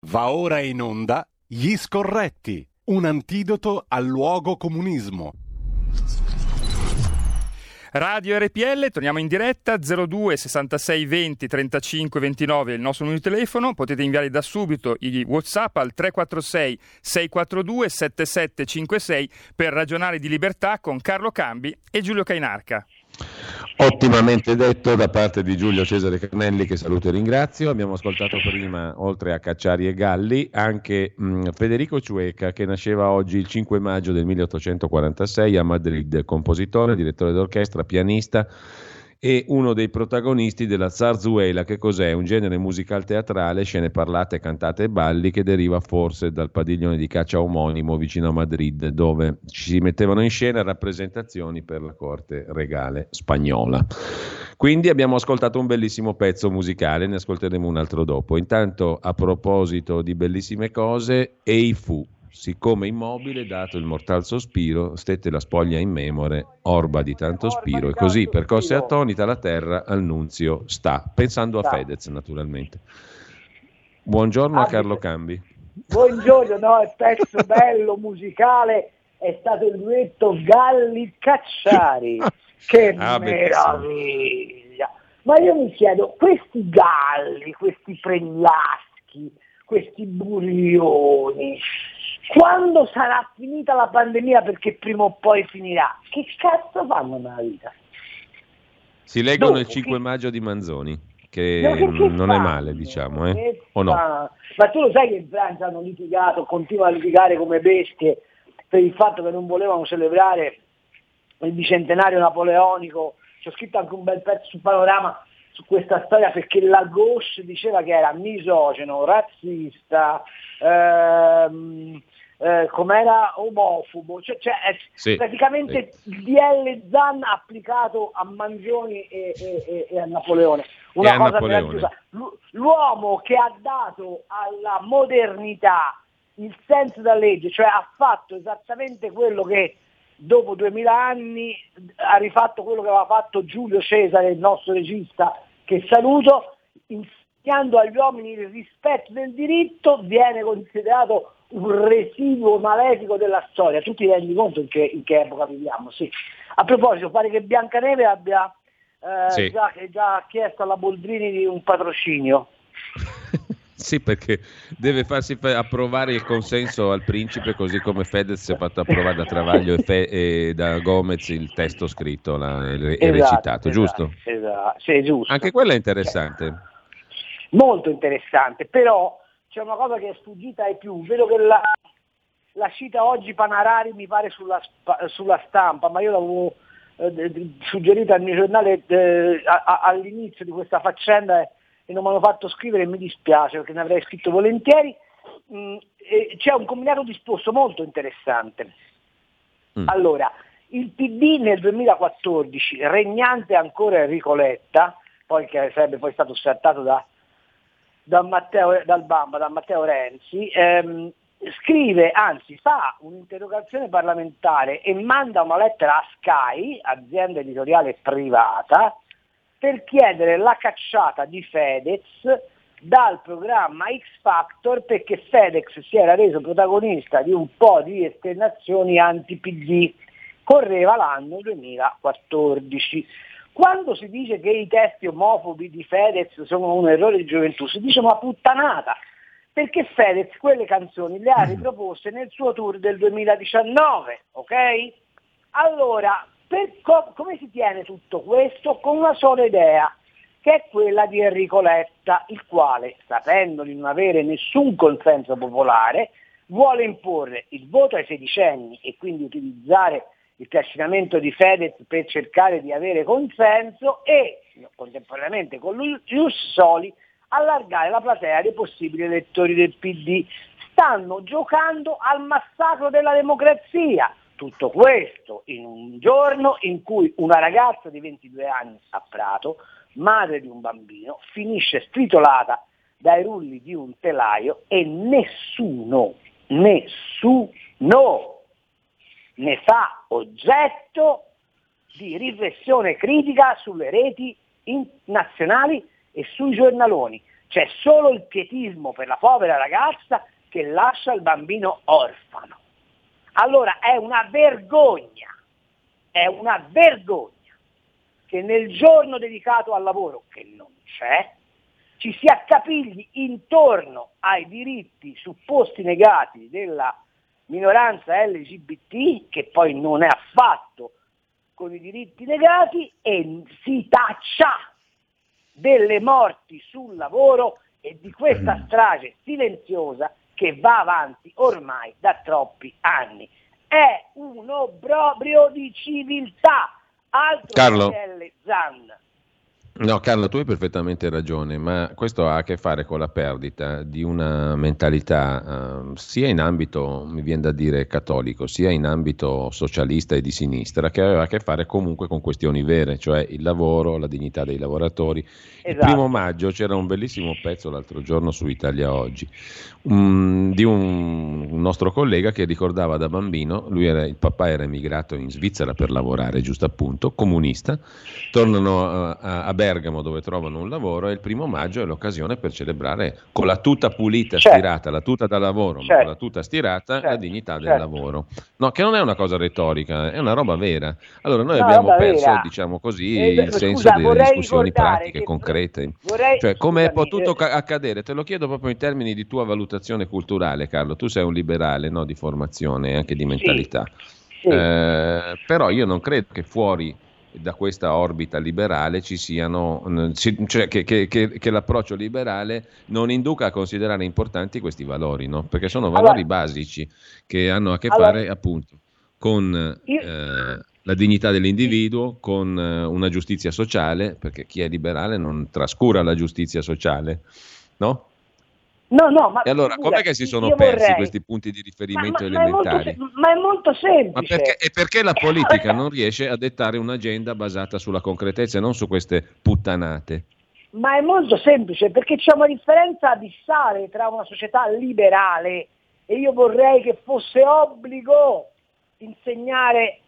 Va ora in onda Gli Scorretti, un antidoto al luogo comunismo. Radio RPL, torniamo in diretta, 02 66 20 35 29 è il nostro numero di telefono, potete inviare da subito i WhatsApp al 346 642 7756 per ragionare di libertà con Carlo Cambi e Giulio Cainarca. Ottimamente detto da parte di Giulio Cesare Carnelli, che saluto e ringrazio. Abbiamo ascoltato prima, oltre a Cacciari e Galli, anche Federico Ciueca, che nasceva oggi il 5 maggio del 1846 a Madrid, compositore, direttore d'orchestra, pianista e uno dei protagonisti della zarzuela. Che cos'è? Un genere musical teatrale, scene parlate, cantate e balli, che deriva forse dal padiglione di caccia omonimo vicino a Madrid, dove ci si mettevano in scena rappresentazioni per la corte regale spagnola. Quindi abbiamo ascoltato un bellissimo pezzo musicale, ne ascolteremo un altro dopo. Intanto, a proposito di bellissime cose, ei fu. Siccome immobile, dato il mortal sospiro, stette la spoglia in memore, orba di tanto spiro, e così percosse attonita la terra al nunzio sta, pensando a Fedez naturalmente. Buongiorno a Carlo Cambi. Buongiorno, no, il pezzo bello musicale è stato il duetto Galli-Cacciari, che meraviglia! Ma io mi chiedo, questi galli, questi pregliaschi, questi burioni, quando sarà finita la pandemia, perché prima o poi finirà, che cazzo fanno nella vita? Si leggono il 5 maggio di Manzoni, che non è male, diciamo, o no? Ma tu lo sai che in Francia hanno litigato, continuano a litigare come bestie per il fatto che non volevano celebrare il bicentenario napoleonico. C'ho scritto anche un bel pezzo su Panorama su questa storia, perché la gauche diceva che era misogeno, razzista, com'era, omofobo, cioè sì, praticamente sì. Il DL Zan applicato a Manzoni e a Napoleone, una cosa meravigliosa. L'uomo che ha dato alla modernità il senso della legge, cioè ha fatto esattamente quello che dopo 2000 anni ha rifatto quello che aveva fatto Giulio Cesare, il nostro regista, che saluto, insegnando agli uomini il rispetto del diritto, viene considerato un residuo malefico della storia. Tu ti rendi conto in che epoca viviamo? Sì. A proposito, pare che Biancaneve abbia sì. già chiesto alla Boldrini di un patrocinio. Sì, perché deve farsi approvare il consenso al principe, così come Fedez si è fatto approvare da Travaglio e da Gomez il testo scritto e recitato, giusto? Esatto, sì, giusto. Anche quello è interessante. Molto interessante, però c'è una cosa che è sfuggita ai più. Vedo che la cita oggi Panarari, mi pare, sulla Stampa, ma io l'avevo suggerita al mio giornale all'inizio di questa faccenda e non mi hanno fatto scrivere, e mi dispiace perché ne avrei scritto volentieri. C'è un combinato disposto molto interessante. Allora, il PD nel 2014, regnante ancora Enrico Letta, poi che sarebbe poi stato scartato da Matteo Renzi, scrive, anzi fa un'interrogazione parlamentare e manda una lettera a Sky, azienda editoriale privata, per chiedere la cacciata di Fedez dal programma X Factor, perché Fedez si era reso protagonista di un po' di esternazioni anti-PD. Correva l'anno 2014. Quando si dice che i testi omofobi di Fedez sono un errore di gioventù, si dice una puttanata, perché Fedez quelle canzoni le ha riproposte nel suo tour del 2019, ok? Allora, come si tiene tutto questo? Con una sola idea, che è quella di Enrico Letta, il quale, sapendo di non avere nessun consenso popolare, vuole imporre il voto ai sedicenni e quindi utilizzare il trascinamento di Fedez per cercare di avere consenso e, contemporaneamente con Ius Soli, allargare la platea dei possibili elettori del PD. Stanno giocando al massacro della democrazia. Tutto questo in un giorno in cui una ragazza di 22 anni a Prato, madre di un bambino, finisce stritolata dai rulli di un telaio e nessuno ne fa oggetto di riflessione critica sulle reti nazionali e sui giornaloni. c'è solo il pietismo per la povera ragazza che lascia il bambino orfano. Allora è una vergogna che nel giorno dedicato al lavoro, che non c'è, ci si accapigli intorno ai diritti supposti negati della minoranza LGBT, che poi non è affatto con i diritti negati, e si taccia delle morti sul lavoro e di questa strage silenziosa che va avanti ormai da troppi anni. È un obbrobrio di civiltà, altro Carlo. che Zan. No, Carlo, tu hai perfettamente ragione, ma questo ha a che fare con la perdita di una mentalità sia in ambito, mi viene da dire, cattolico, sia in ambito socialista e di sinistra, che aveva a che fare comunque con questioni vere, cioè il lavoro, la dignità dei lavoratori. Il Esatto. 1° maggio c'era un bellissimo pezzo l'altro giorno su Italia Oggi, di un nostro collega che ricordava da bambino, il papà era emigrato in Svizzera per lavorare, giusto appunto, comunista, tornano a Bergamo dove trovano un lavoro e il 1° maggio è l'occasione per celebrare con la tuta pulita, Certo. stirata, la tuta da lavoro, ma Certo. con la tuta stirata, Certo. la dignità del Certo. lavoro. No, che non è una cosa retorica, è una roba vera. Allora noi No, abbiamo roba perso, vera. diciamo così, il senso Scusa, delle vorrei discussioni ricordare pratiche, che concrete. vorrei- Cioè, come è scusami, potuto accadere? Te lo chiedo proprio in termini di tua valutazione culturale, Carlo. Tu sei un liberale, no, di formazione e anche di mentalità. Sì. Però io non credo che fuori da questa orbita liberale ci siano, cioè che l'approccio liberale non induca a considerare importanti questi valori, no? Perché sono valori basici che hanno a che fare appunto con la dignità dell'individuo, con una giustizia sociale, perché chi è liberale non trascura la giustizia sociale, no? No, ma E allora, com'è che si sono persi questi punti di riferimento elementari? Ma è molto semplice. Perché la politica non riesce a dettare un'agenda basata sulla concretezza e non su queste puttanate? Ma è molto semplice, perché c'è una differenza abissale tra una società liberale, e io vorrei che fosse obbligo insegnare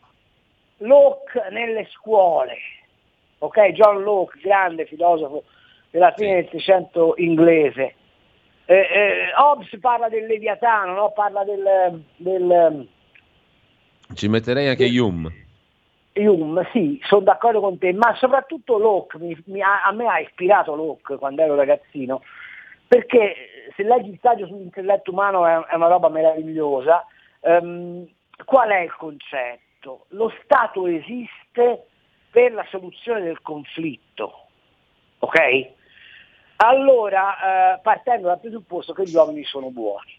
Locke nelle scuole. Ok, John Locke, grande filosofo della fine del Seicento inglese. Hobbes parla del Leviatano, no? Parla del Ci metterei anche Hume. Hume, sì, sono d'accordo con te, ma soprattutto Locke, a me ha ispirato Locke quando ero ragazzino, perché se leggi il saggio sull'intelletto umano è una roba meravigliosa. Qual è il concetto? Lo Stato esiste per la soluzione del conflitto, ok? Allora, partendo dal presupposto che gli uomini sono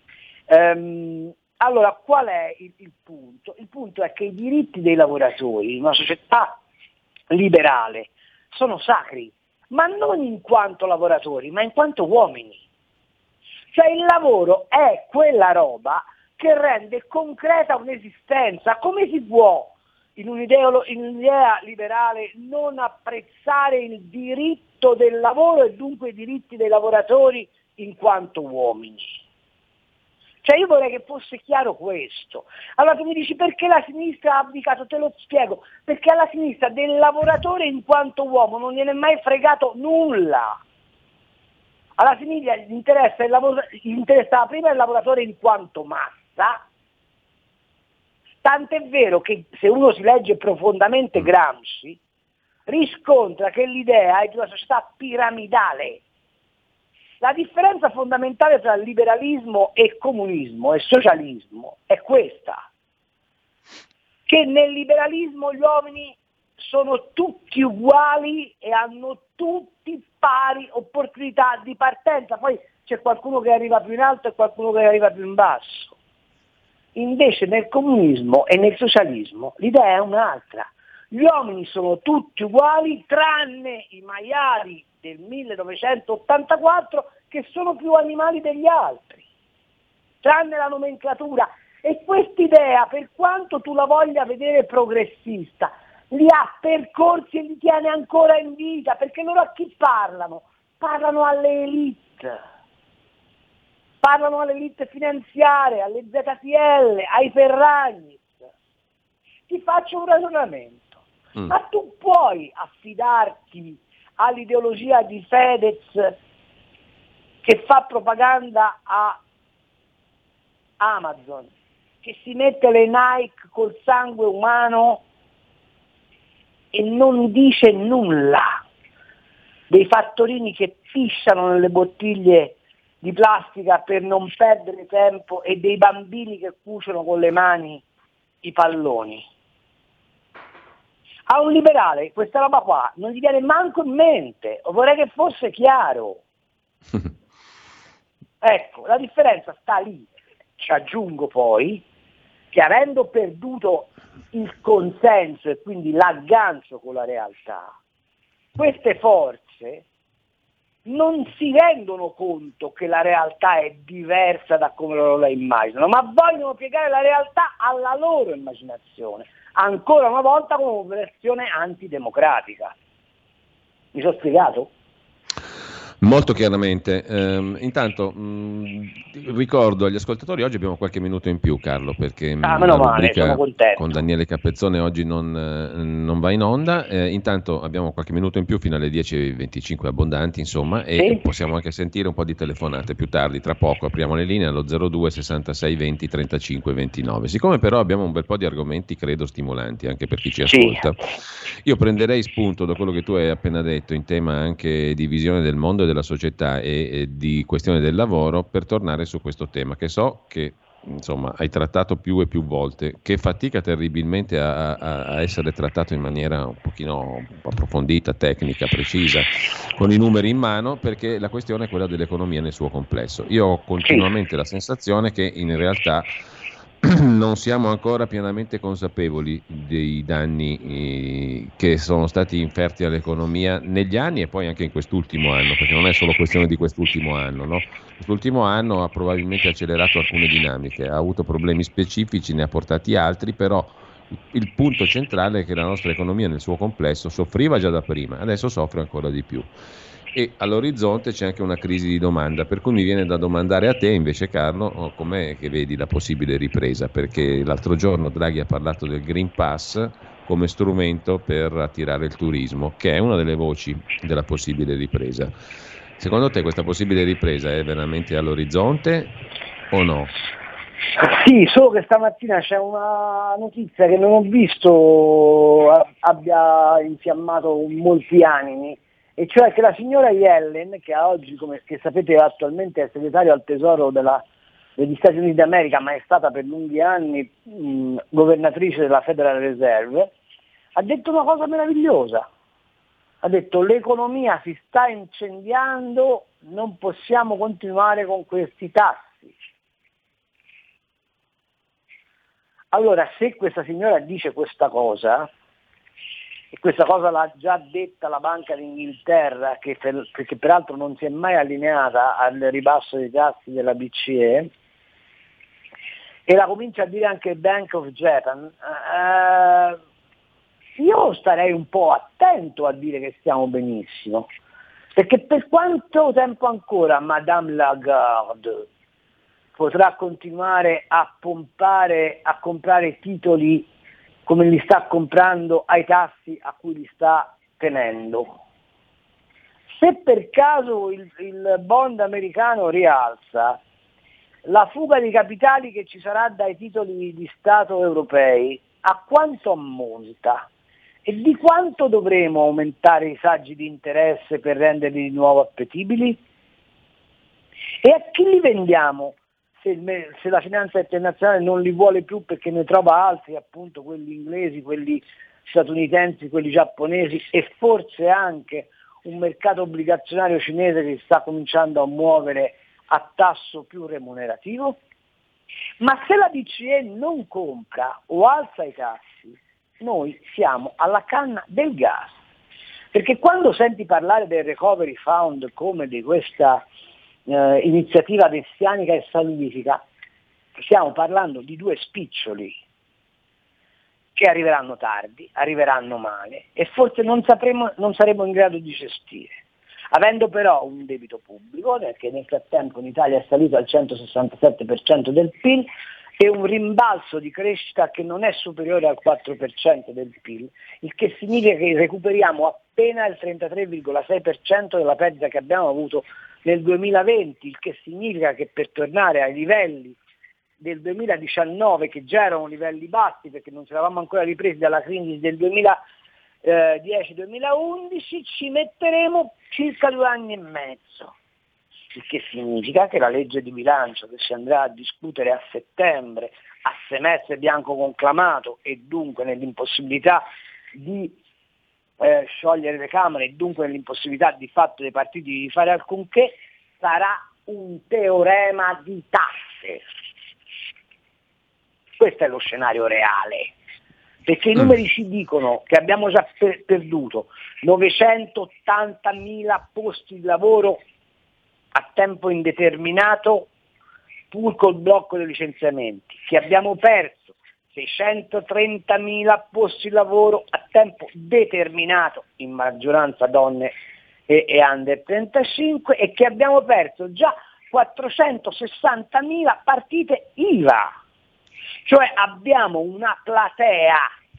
buoni. Allora, qual è il punto? Il punto è che i diritti dei lavoratori in una società liberale sono sacri, ma non in quanto lavoratori, ma in quanto uomini. Cioè il lavoro è quella roba che rende concreta un'esistenza. Come si può in un'idea liberale non apprezzare il diritto del lavoro e dunque i diritti dei lavoratori in quanto uomini? Cioè io vorrei che fosse chiaro questo. Allora tu mi dici perché la sinistra ha abdicato, te lo spiego, perché alla sinistra del lavoratore in quanto uomo non gliene è mai fregato nulla. Alla sinistra gli interessava prima il lavoratore in quanto massa, tant'è vero che se uno si legge profondamente Gramsci riscontra che l'idea è di una società piramidale. La differenza fondamentale tra liberalismo e comunismo e socialismo è questa, che nel liberalismo gli uomini sono tutti uguali e hanno tutti pari opportunità di partenza, poi c'è qualcuno che arriva più in alto e qualcuno che arriva più in basso. Invece nel comunismo e nel socialismo l'idea è un'altra. Gli uomini sono tutti uguali tranne i maiali del 1984 che sono più animali degli altri, tranne la nomenclatura. E quest'idea, per quanto tu la voglia vedere progressista, li ha percorsi e li tiene ancora in vita, perché loro a chi parlano? Parlano alle elite. Parlano alle elite finanziarie, alle ZTL, ai Ferragni. Ti faccio un ragionamento. Ma tu puoi affidarti all'ideologia di Fedez che fa propaganda a Amazon, che si mette le Nike col sangue umano e non dice nulla dei fattorini che pisciano nelle bottiglie di plastica per non perdere tempo e dei bambini che cuciono con le mani i palloni. A un liberale questa roba qua non gli viene manco in mente, vorrei che fosse chiaro. Ecco, la differenza sta lì. Ci aggiungo poi che avendo perduto il consenso e quindi l'aggancio con la realtà, queste forze non si rendono conto che la realtà è diversa da come loro la immaginano, ma vogliono piegare la realtà alla loro immaginazione, ancora una volta con un'operazione antidemocratica. Mi sono spiegato? Molto chiaramente. Intanto ricordo agli ascoltatori, oggi abbiamo qualche minuto in più, Carlo, perché la rubrica con Daniele Capezzone oggi non va in onda. Intanto abbiamo qualche minuto in più fino alle 10:25 abbondanti, insomma, e possiamo anche sentire un po' di telefonate più tardi. Tra poco apriamo le linee allo 02 66 20 35 29. Siccome però abbiamo un bel po' di argomenti, credo, stimolanti anche per chi ci ascolta, io prenderei spunto da quello che tu hai appena detto in tema anche di visione del mondo e della società e di questione del lavoro, per tornare su questo tema che so che insomma hai trattato più e più volte, che fatica terribilmente a essere trattato in maniera un pochino approfondita, tecnica, precisa, con i numeri in mano, perché la questione è quella dell'economia nel suo complesso. Io ho continuamente la sensazione che in realtà non siamo ancora pienamente consapevoli dei danni che sono stati inferti all'economia negli anni e poi anche in quest'ultimo anno, perché non è solo questione di quest'ultimo anno, no? Quest'ultimo anno ha probabilmente accelerato alcune dinamiche, ha avuto problemi specifici, ne ha portati altri, però il punto centrale è che la nostra economia nel suo complesso soffriva già da prima, adesso soffre ancora di più. E all'orizzonte c'è anche una crisi di domanda, per cui mi viene da domandare a te invece, Carlo, com'è che vedi la possibile ripresa, perché l'altro giorno Draghi ha parlato del Green Pass come strumento per attirare il turismo, che è una delle voci della possibile ripresa. Secondo te questa possibile ripresa è veramente all'orizzonte o no? Sì, solo che stamattina c'è una notizia che non ho visto abbia infiammato molti animi, e cioè che la signora Yellen, che oggi, come che sapete, attualmente è segretario al tesoro degli Stati Uniti d'America, ma è stata per lunghi anni governatrice della Federal Reserve, ha detto una cosa meravigliosa. Ha detto: l'economia si sta incendiando, non possiamo continuare con questi tassi. Allora, se questa signora dice questa cosa, e questa cosa l'ha già detta la Banca d'Inghilterra, che peraltro non si è mai allineata al ribasso dei tassi della BCE, e la comincia a dire anche il Bank of Japan, io starei un po' attento a dire che stiamo benissimo, perché per quanto tempo ancora Madame Lagarde potrà continuare a comprare titoli come li sta comprando ai tassi a cui li sta tenendo? Se per caso il bond americano rialza, la fuga di capitali che ci sarà dai titoli di Stato europei a quanto ammonta? E di quanto dovremo aumentare i saggi di interesse per renderli di nuovo appetibili? E a chi li vendiamo se la finanza internazionale non li vuole più perché ne trova altri, appunto quelli inglesi, quelli statunitensi, quelli giapponesi, e forse anche un mercato obbligazionario cinese che sta cominciando a muovere a tasso più remunerativo? Ma se la BCE non compra o alza i tassi, noi siamo alla canna del gas, perché quando senti parlare del Recovery Fund come di questa iniziativa messianica e salvifica, stiamo parlando di due spiccioli che arriveranno tardi, arriveranno male e forse non saremo in grado di gestire, avendo però un debito pubblico che nel frattempo in Italia è salito al 167% del PIL e un rimbalzo di crescita che non è superiore al 4% del PIL, il che significa che recuperiamo appena il 33,6% della perdita che abbiamo avuto nel 2020, il che significa che per tornare ai livelli del 2019, che già erano livelli bassi perché non ci eravamo ancora ripresi dalla crisi del 2010-2011, ci metteremo circa 2 anni e mezzo, il che significa che la legge di bilancio che si andrà a discutere a settembre, a semestre bianco conclamato e dunque nell'impossibilità di sciogliere le Camere e dunque nell'impossibilità di fatto dei partiti di fare alcunché, sarà un teorema di tasse. Questo è lo scenario reale, perché i numeri ci dicono che abbiamo già perduto 980.000 posti di lavoro a tempo indeterminato pur col blocco dei licenziamenti, che abbiamo perso 630.000 posti di lavoro a tempo determinato, in maggioranza donne e under 35, e che abbiamo perso già 460.000 partite IVA. Cioè abbiamo una platea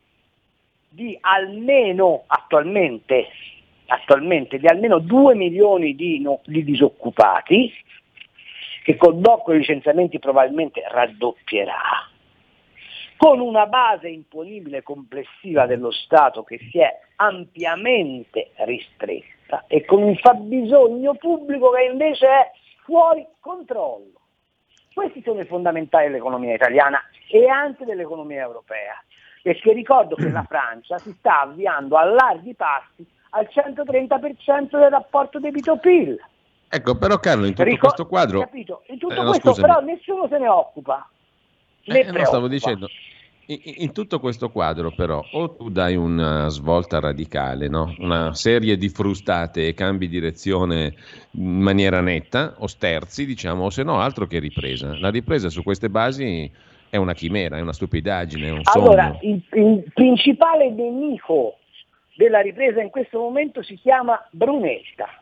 di almeno attualmente di almeno 2 milioni di disoccupati, che col blocco dei licenziamenti probabilmente raddoppierà, con una base imponibile complessiva dello Stato che si è ampiamente ristretta e con un fabbisogno pubblico che invece è fuori controllo. Questi sono i fondamentali dell'economia italiana e anche dell'economia europea, perché ricordo che la Francia si sta avviando a larghi passi al 130% del rapporto debito-PIL. Ecco, però Carlo, in tutto questo quadro... Capito? In tutto questo però nessuno se ne occupa. No, stavo dicendo, in tutto questo quadro però, o tu dai una svolta radicale, no? Una serie di frustate e cambi direzione in maniera netta, o sterzi, diciamo, o se no altro che ripresa. La ripresa su queste basi è una chimera, è una stupidaggine, è un sogno. Allora, il principale nemico della ripresa in questo momento si chiama Brunetta.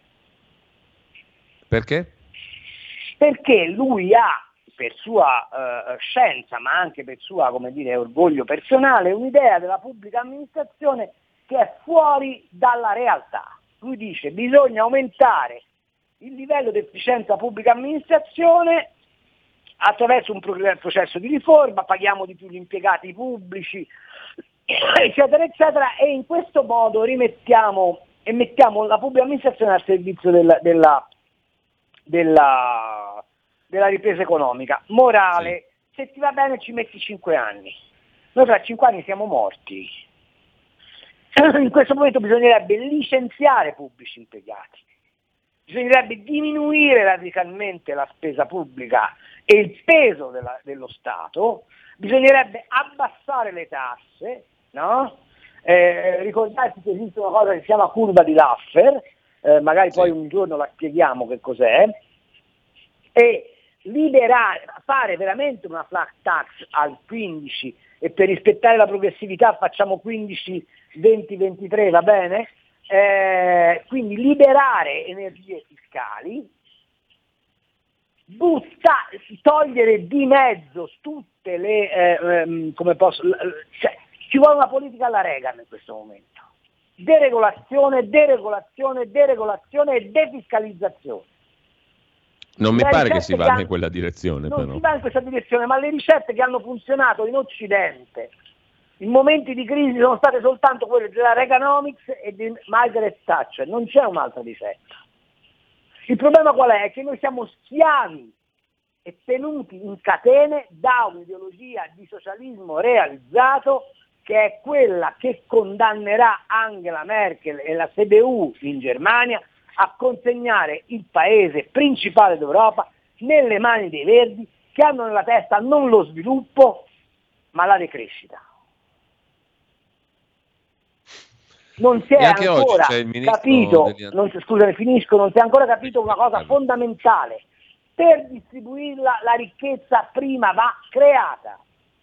Perché? Perché lui ha, per sua scienza, ma anche per sua, come dire, orgoglio personale, un'idea della pubblica amministrazione che è fuori dalla realtà. Lui dice bisogna aumentare il livello di efficienza pubblica amministrazione attraverso un processo di riforma, paghiamo di più gli impiegati pubblici, eccetera, eccetera, e in questo modo mettiamo la pubblica amministrazione al servizio della ripresa economica. Morale, se ti va bene ci metti 5 anni. Noi tra 5 anni siamo morti. In questo momento bisognerebbe licenziare pubblici impiegati, bisognerebbe diminuire radicalmente la spesa pubblica e il peso dello Stato, bisognerebbe abbassare le tasse, no? Ricordarsi che esiste una cosa che si chiama curva di Laffer, magari poi un giorno la spieghiamo che cos'è, e fare veramente una flat tax al 15, e per rispettare la progressività facciamo 15, 20, 23, va bene? Quindi liberare energie fiscali, togliere di mezzo tutte le ci vuole una politica alla Reagan in questo momento. Deregolazione, deregolazione, deregolazione e defiscalizzazione. Non mi pare che si vada in quella direzione. Non si va in questa direzione, ma le ricette che hanno funzionato in Occidente in momenti di crisi sono state soltanto quelle della Reaganomics e di Margaret Thatcher, non c'è un'altra ricetta. Il problema qual è? È che noi siamo schiavi e tenuti in catene da un'ideologia di socialismo realizzato che è quella che condannerà Angela Merkel e la CDU in Germania a consegnare il paese principale d'Europa nelle mani dei Verdi, che hanno nella testa non lo sviluppo ma la decrescita. Non si è ancora capito, non si è ancora capito una cosa fondamentale: per distribuirla la ricchezza prima va creata.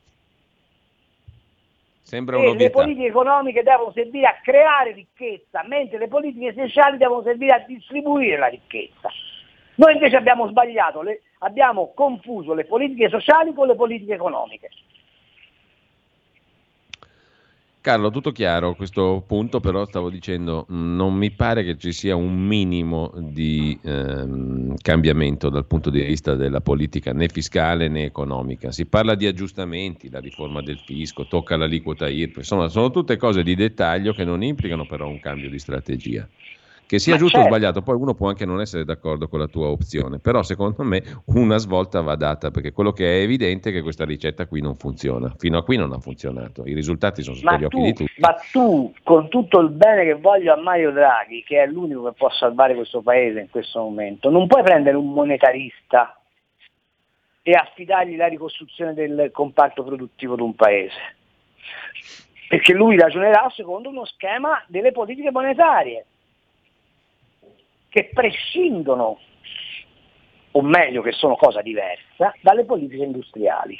Sembra e le politiche economiche devono servire a creare ricchezza, mentre le politiche sociali devono servire a distribuire la ricchezza. Noi invece abbiamo sbagliato, abbiamo confuso le politiche sociali con le politiche economiche. Carlo, tutto chiaro a questo punto, però stavo dicendo, non mi pare che ci sia un minimo di cambiamento dal punto di vista della politica né fiscale né economica. Si parla di aggiustamenti, la riforma del fisco, tocca l'aliquota IRPEF, insomma sono tutte cose di dettaglio che non implicano però un cambio di strategia. Che sia giusto o sbagliato, poi uno può anche non essere d'accordo con la tua opzione, però secondo me una svolta va data, perché quello che è evidente è che questa ricetta qui non funziona, fino a qui non ha funzionato, i risultati sono sotto gli occhi di tutti. Ma tu, con tutto il bene che voglio a Mario Draghi, che è l'unico che può salvare questo paese in questo momento, non puoi prendere un monetarista e affidargli la ricostruzione del comparto produttivo di un paese, perché lui ragionerà secondo uno schema delle politiche monetarie che prescindono, o meglio che sono cosa diversa, dalle politiche industriali.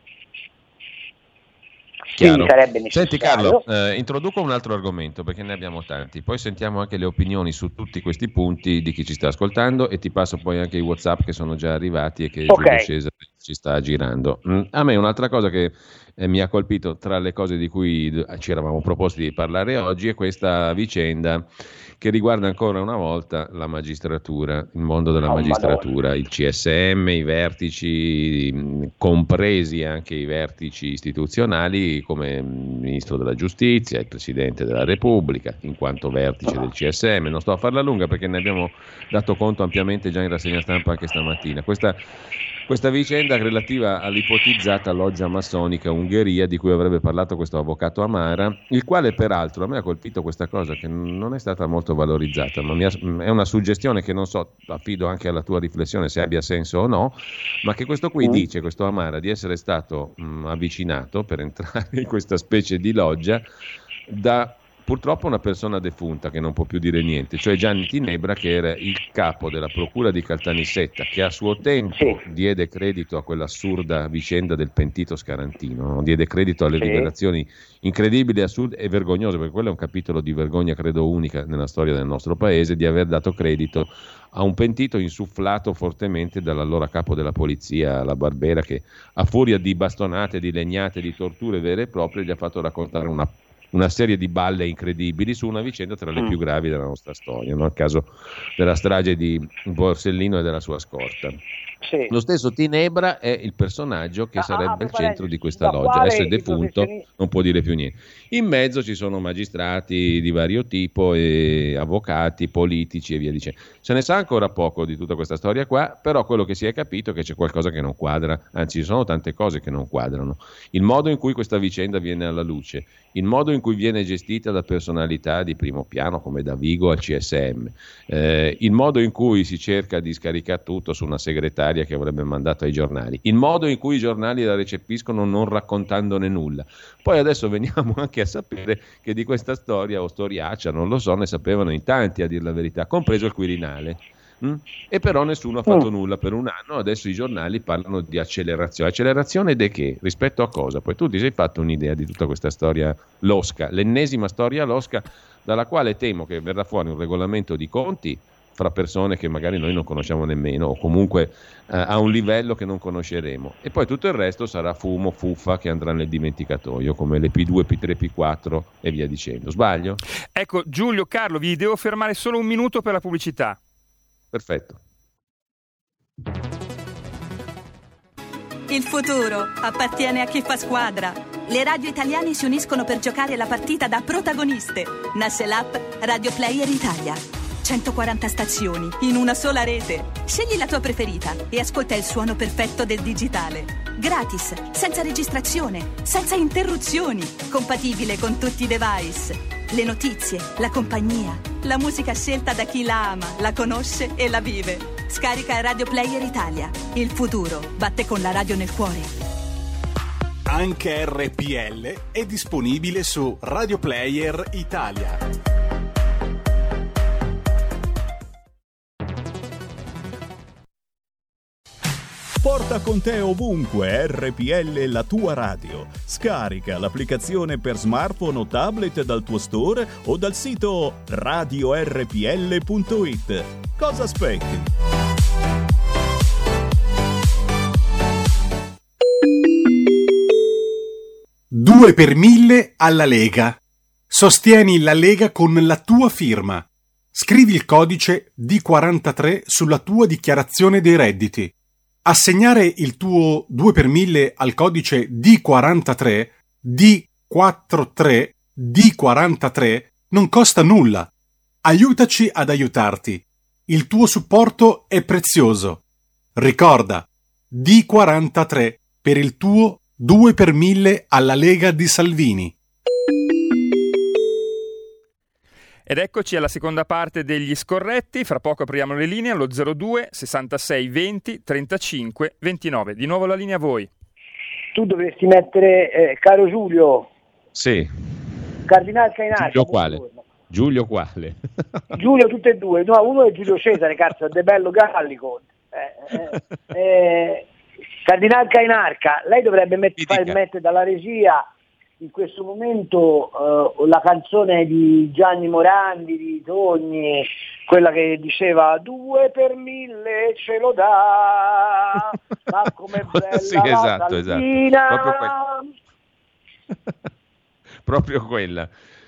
Chiaro. Sarebbe necessario. Senti Carlo, introduco un altro argomento perché ne abbiamo tanti, poi sentiamo anche le opinioni su tutti questi punti di chi ci sta ascoltando e ti passo poi anche i WhatsApp che sono già arrivati e che Giulio Cesare ci sta girando. A me un'altra cosa che mi ha colpito tra le cose di cui ci eravamo proposti di parlare oggi è questa vicenda che riguarda ancora una volta la magistratura, il mondo della magistratura, il CSM, i vertici, compresi anche i vertici istituzionali come Ministro della Giustizia, il Presidente della Repubblica, in quanto vertice del CSM. Non sto a farla lunga perché ne abbiamo dato conto ampiamente già in rassegna stampa anche stamattina. Questa vicenda relativa all'ipotizzata loggia massonica Ungheria di cui avrebbe parlato questo avvocato Amara, il quale peraltro a me ha colpito questa cosa che non è stata molto valorizzata, ma è una suggestione che non so, affido anche alla tua riflessione se abbia senso o no, ma che questo qui dice, questo Amara, di essere stato avvicinato per entrare in questa specie di loggia da purtroppo una persona defunta che non può più dire niente, cioè Gianni Tinebra, che era il capo della procura di Caltanissetta, che a suo tempo diede credito a quell'assurda vicenda del pentito Scarantino, no? Diede credito alle rivelazioni incredibili, assurde e vergognose, perché quello è un capitolo di vergogna credo unica nella storia del nostro paese, di aver dato credito a un pentito insufflato fortemente dall'allora capo della polizia, la Barbera, che a furia di bastonate, di legnate, di torture vere e proprie gli ha fatto raccontare una serie di balle incredibili su una vicenda tra le più gravi della nostra storia, no? Il caso della strage di Borsellino e della sua scorta. Sì. Lo stesso Tinebra è il personaggio che sarebbe al centro di questa loggia. Adesso è defunto, non può dire più niente. In mezzo ci sono magistrati di vario tipo, e avvocati, politici e via dicendo. Se ne sa ancora poco di tutta questa storia qua, però quello che si è capito è che c'è qualcosa che non quadra, anzi ci sono tante cose che non quadrano. Il modo in cui questa vicenda viene alla luce, il modo in cui viene gestita da personalità di primo piano come Davigo al CSM, il modo in cui si cerca di scaricare tutto su una segretaria che avrebbe mandato ai giornali, il modo in cui i giornali la recepiscono non raccontandone nulla. Poi adesso veniamo anche a sapere che di questa storia o storiaccia, non lo so, ne sapevano in tanti a dir la verità, compreso il Quirinale. E però nessuno ha fatto nulla per un anno. Adesso i giornali parlano di accelerazione di che? Rispetto a cosa? Poi tu ti sei fatto un'idea di tutta questa storia losca, l'ennesima storia losca, dalla quale temo che verrà fuori un regolamento di conti fra persone che magari noi non conosciamo nemmeno, o comunque a un livello che non conosceremo, e poi tutto il resto sarà fumo, fuffa che andrà nel dimenticatoio, come le P2, P3, P4 e via dicendo. Sbaglio? Ecco, Giulio, Carlo, vi devo fermare solo un minuto per la pubblicità. Perfetto. Il futuro appartiene a chi fa squadra. Le radio italiane si uniscono per giocare la partita da protagoniste. Nasce l'app Radio Player Italia. 140 stazioni in una sola rete. Scegli la tua preferita e ascolta il suono perfetto del digitale. Gratis, senza registrazione, senza interruzioni, compatibile con tutti i device. Le notizie, la compagnia, la musica scelta da chi la ama, la conosce e la vive. Scarica Radio Player Italia. Il futuro batte con la radio nel cuore. Anche RPL è disponibile su Radio Player Italia. Porta con te ovunque RPL, la tua radio. Scarica l'applicazione per smartphone o tablet dal tuo store o dal sito radiorpl.it. Cosa aspetti? Due 2 per 1000 alla Lega. Sostieni la Lega con la tua firma. Scrivi il codice D43 sulla tua dichiarazione dei redditi. Assegnare il tuo 2 per 1000 al codice D43, D43, D43 non costa nulla. Aiutaci ad aiutarti. Il tuo supporto è prezioso. Ricorda, D43 per il tuo 2 per 1000 alla Lega di Salvini. Ed eccoci alla seconda parte degli scorretti. Fra poco apriamo le linee allo 02 66 20 35 29. Di nuovo la linea a voi. Tu dovresti mettere, caro Giulio. Sì. Cardinal Cainarca. Giulio quale? Giulio quale? Giulio tutte e due. No, uno è Giulio Cesare, cazzo, è De Bello Gallico. Cardinal Cainarca, lei dovrebbe mettere dalla regia in questo momento la canzone di Gianni Morandi, di Togni, quella che diceva 2 per 1000 ce lo dà, ma com'è bella sì, la Salvina. Proprio quella.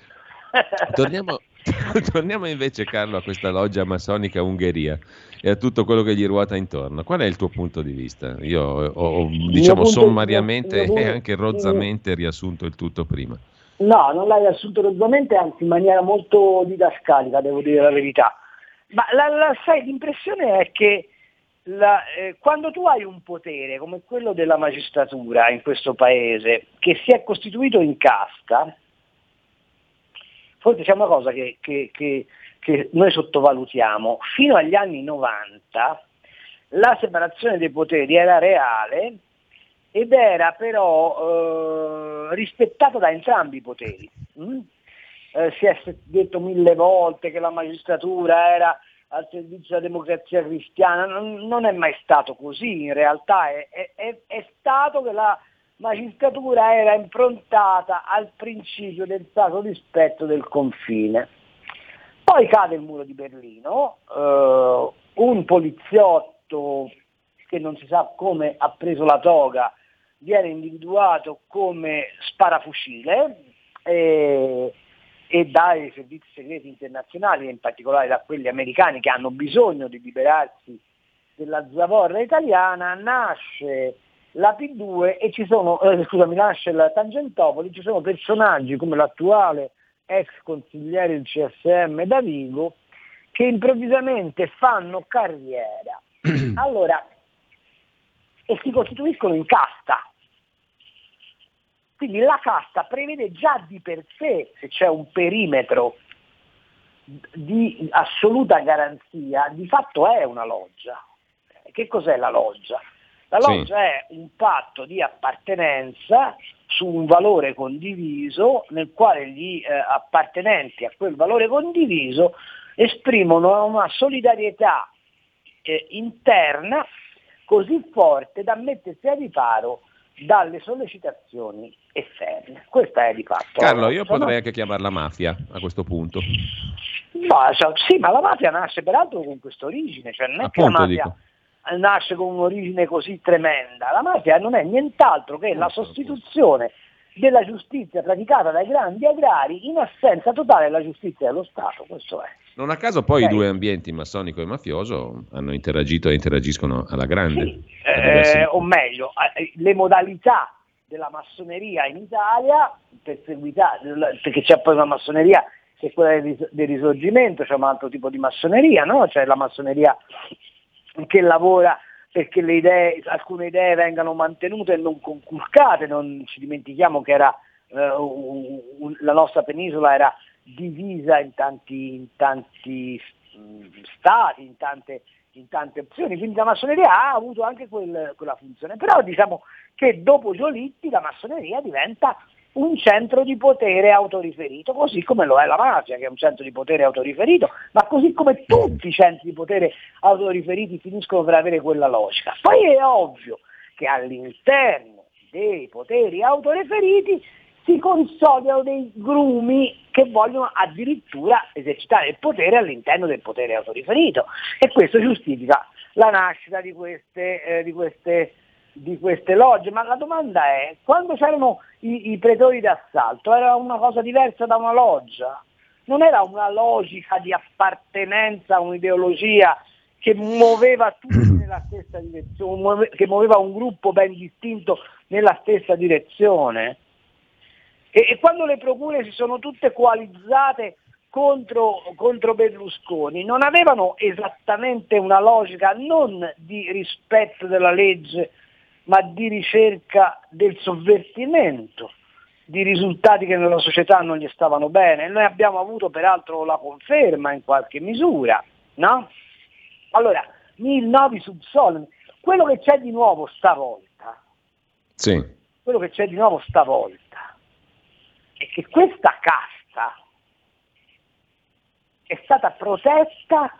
Torniamo invece, Carlo, a questa loggia massonica Ungheria e a tutto quello che gli ruota intorno. Qual è il tuo punto di vista? Io ho diciamo sommariamente e anche rozzamente riassunto il tutto prima. No, non l'hai riassunto rozzamente, anzi in maniera molto didascalica, devo dire la verità. Ma sai, l'impressione è che quando tu hai un potere come quello della magistratura in questo paese, che si è costituito in casta, forse c'è una cosa che noi sottovalutiamo. Fino agli anni 90 la separazione dei poteri era reale ed era però rispettata da entrambi i poteri. Si è detto 1000 volte che la magistratura era al servizio della democrazia cristiana, non è mai stato così, in realtà è stato che la magistratura era improntata al principio del sacro rispetto del confine. Poi cade il muro di Berlino, un poliziotto che non si sa come ha preso la toga viene individuato come sparafucile e dai servizi segreti internazionali, in particolare da quelli americani che hanno bisogno di liberarsi della zavorra italiana, nasce la P2 e nasce la Tangentopoli, ci sono personaggi come l'attuale ex consigliere del CSM Davigo che improvvisamente fanno carriera. Allora, e si costituiscono in casta. Quindi la casta prevede già di per sé, se c'è un perimetro di assoluta garanzia, di fatto è una loggia. Che cos'è la loggia? La loggia è un patto di appartenenza su un valore condiviso nel quale gli appartenenti a quel valore condiviso esprimono una solidarietà interna così forte da mettersi a riparo dalle sollecitazioni esterne. Questa è di fatto. Carlo, io potrei anche chiamarla mafia a questo punto. No, sì, ma la mafia nasce peraltro con questa origine, cioè non è che la mafia nasce con un'origine così tremenda. La mafia non è nient'altro che la sostituzione della giustizia praticata dai grandi agrari in assenza totale della giustizia dello Stato. Questo è. Non a caso poi i due ambienti, massonico e mafioso, hanno interagito e interagiscono alla grande. Sì, o meglio, le modalità della massoneria in Italia, perché c'è poi una massoneria che è quella del risorgimento, c'è un altro tipo di massoneria, no? C'è la massoneria che lavora perché alcune idee vengano mantenute e non conculcate. Non ci dimentichiamo che la nostra penisola era divisa in tanti stati, in tante opzioni, quindi la massoneria ha avuto anche quella funzione. Però diciamo che dopo Giolitti la massoneria diventa un centro di potere autoriferito, così come lo è la mafia, che è un centro di potere autoriferito, ma così come tutti i centri di potere autoriferiti finiscono per avere quella logica. Poi è ovvio che all'interno dei poteri autoriferiti si consolidano dei grumi che vogliono addirittura esercitare il potere all'interno del potere autoriferito, e questo giustifica la nascita di queste di queste logge, ma la domanda è, quando c'erano i pretori d'assalto, era una cosa diversa da una loggia? Non era una logica di appartenenza a un'ideologia che muoveva tutti nella stessa direzione, che muoveva un gruppo ben distinto nella stessa direzione? E quando le procure si sono tutte coalizzate contro Berlusconi, non avevano esattamente una logica non di rispetto della legge, ma di ricerca del sovvertimento di risultati che nella società non gli stavano bene. Noi abbiamo avuto peraltro la conferma in qualche misura, no? Allora, nil novi sub solem, quello che c'è di nuovo stavolta, quello che c'è di nuovo stavolta è che questa casta è stata protetta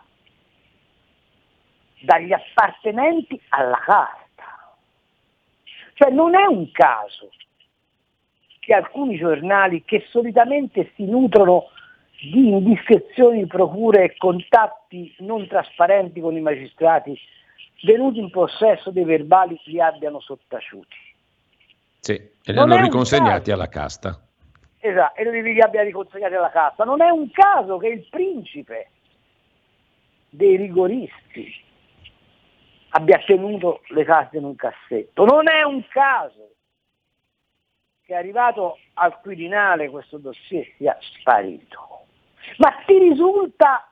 dagli appartenenti alla casta. Cioè non è un caso che alcuni giornali, che solitamente si nutrono di indiscrezioni, procure e contatti non trasparenti con i magistrati, venuti in possesso dei verbali, li abbiano sottaciuti. Sì, e li hanno riconsegnati alla casta. Esatto, e li abbia riconsegnati alla casta. Non è un caso che il principe dei rigoristi abbia tenuto le carte in un cassetto. Non è un caso che è arrivato al Quirinale questo dossier sia sparito. Ma ti risulta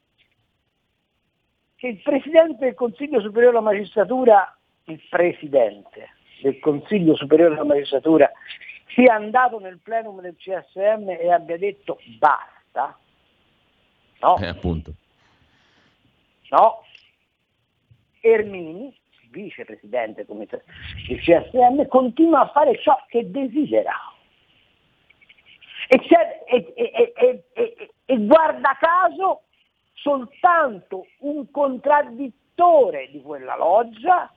che il Presidente del Consiglio Superiore della Magistratura, il Presidente del Consiglio Superiore della Magistratura, sia andato nel plenum del CSM e abbia detto basta? No. Appunto. No. Ermini, vicepresidente del CSM, continua a fare ciò che desidera. E guarda caso soltanto un contraddittore di quella loggia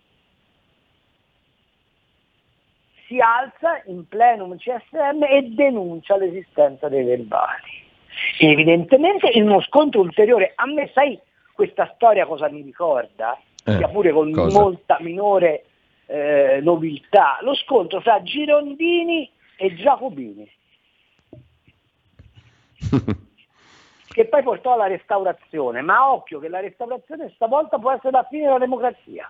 si alza in plenum CSM e denuncia l'esistenza dei verbali. Evidentemente in uno scontro ulteriore. A me, sai, questa storia cosa mi ricorda? Sia pure con molta minore nobiltà, lo scontro tra girondini e giacobini, che poi portò alla restaurazione, ma occhio che la restaurazione stavolta può essere la fine della democrazia.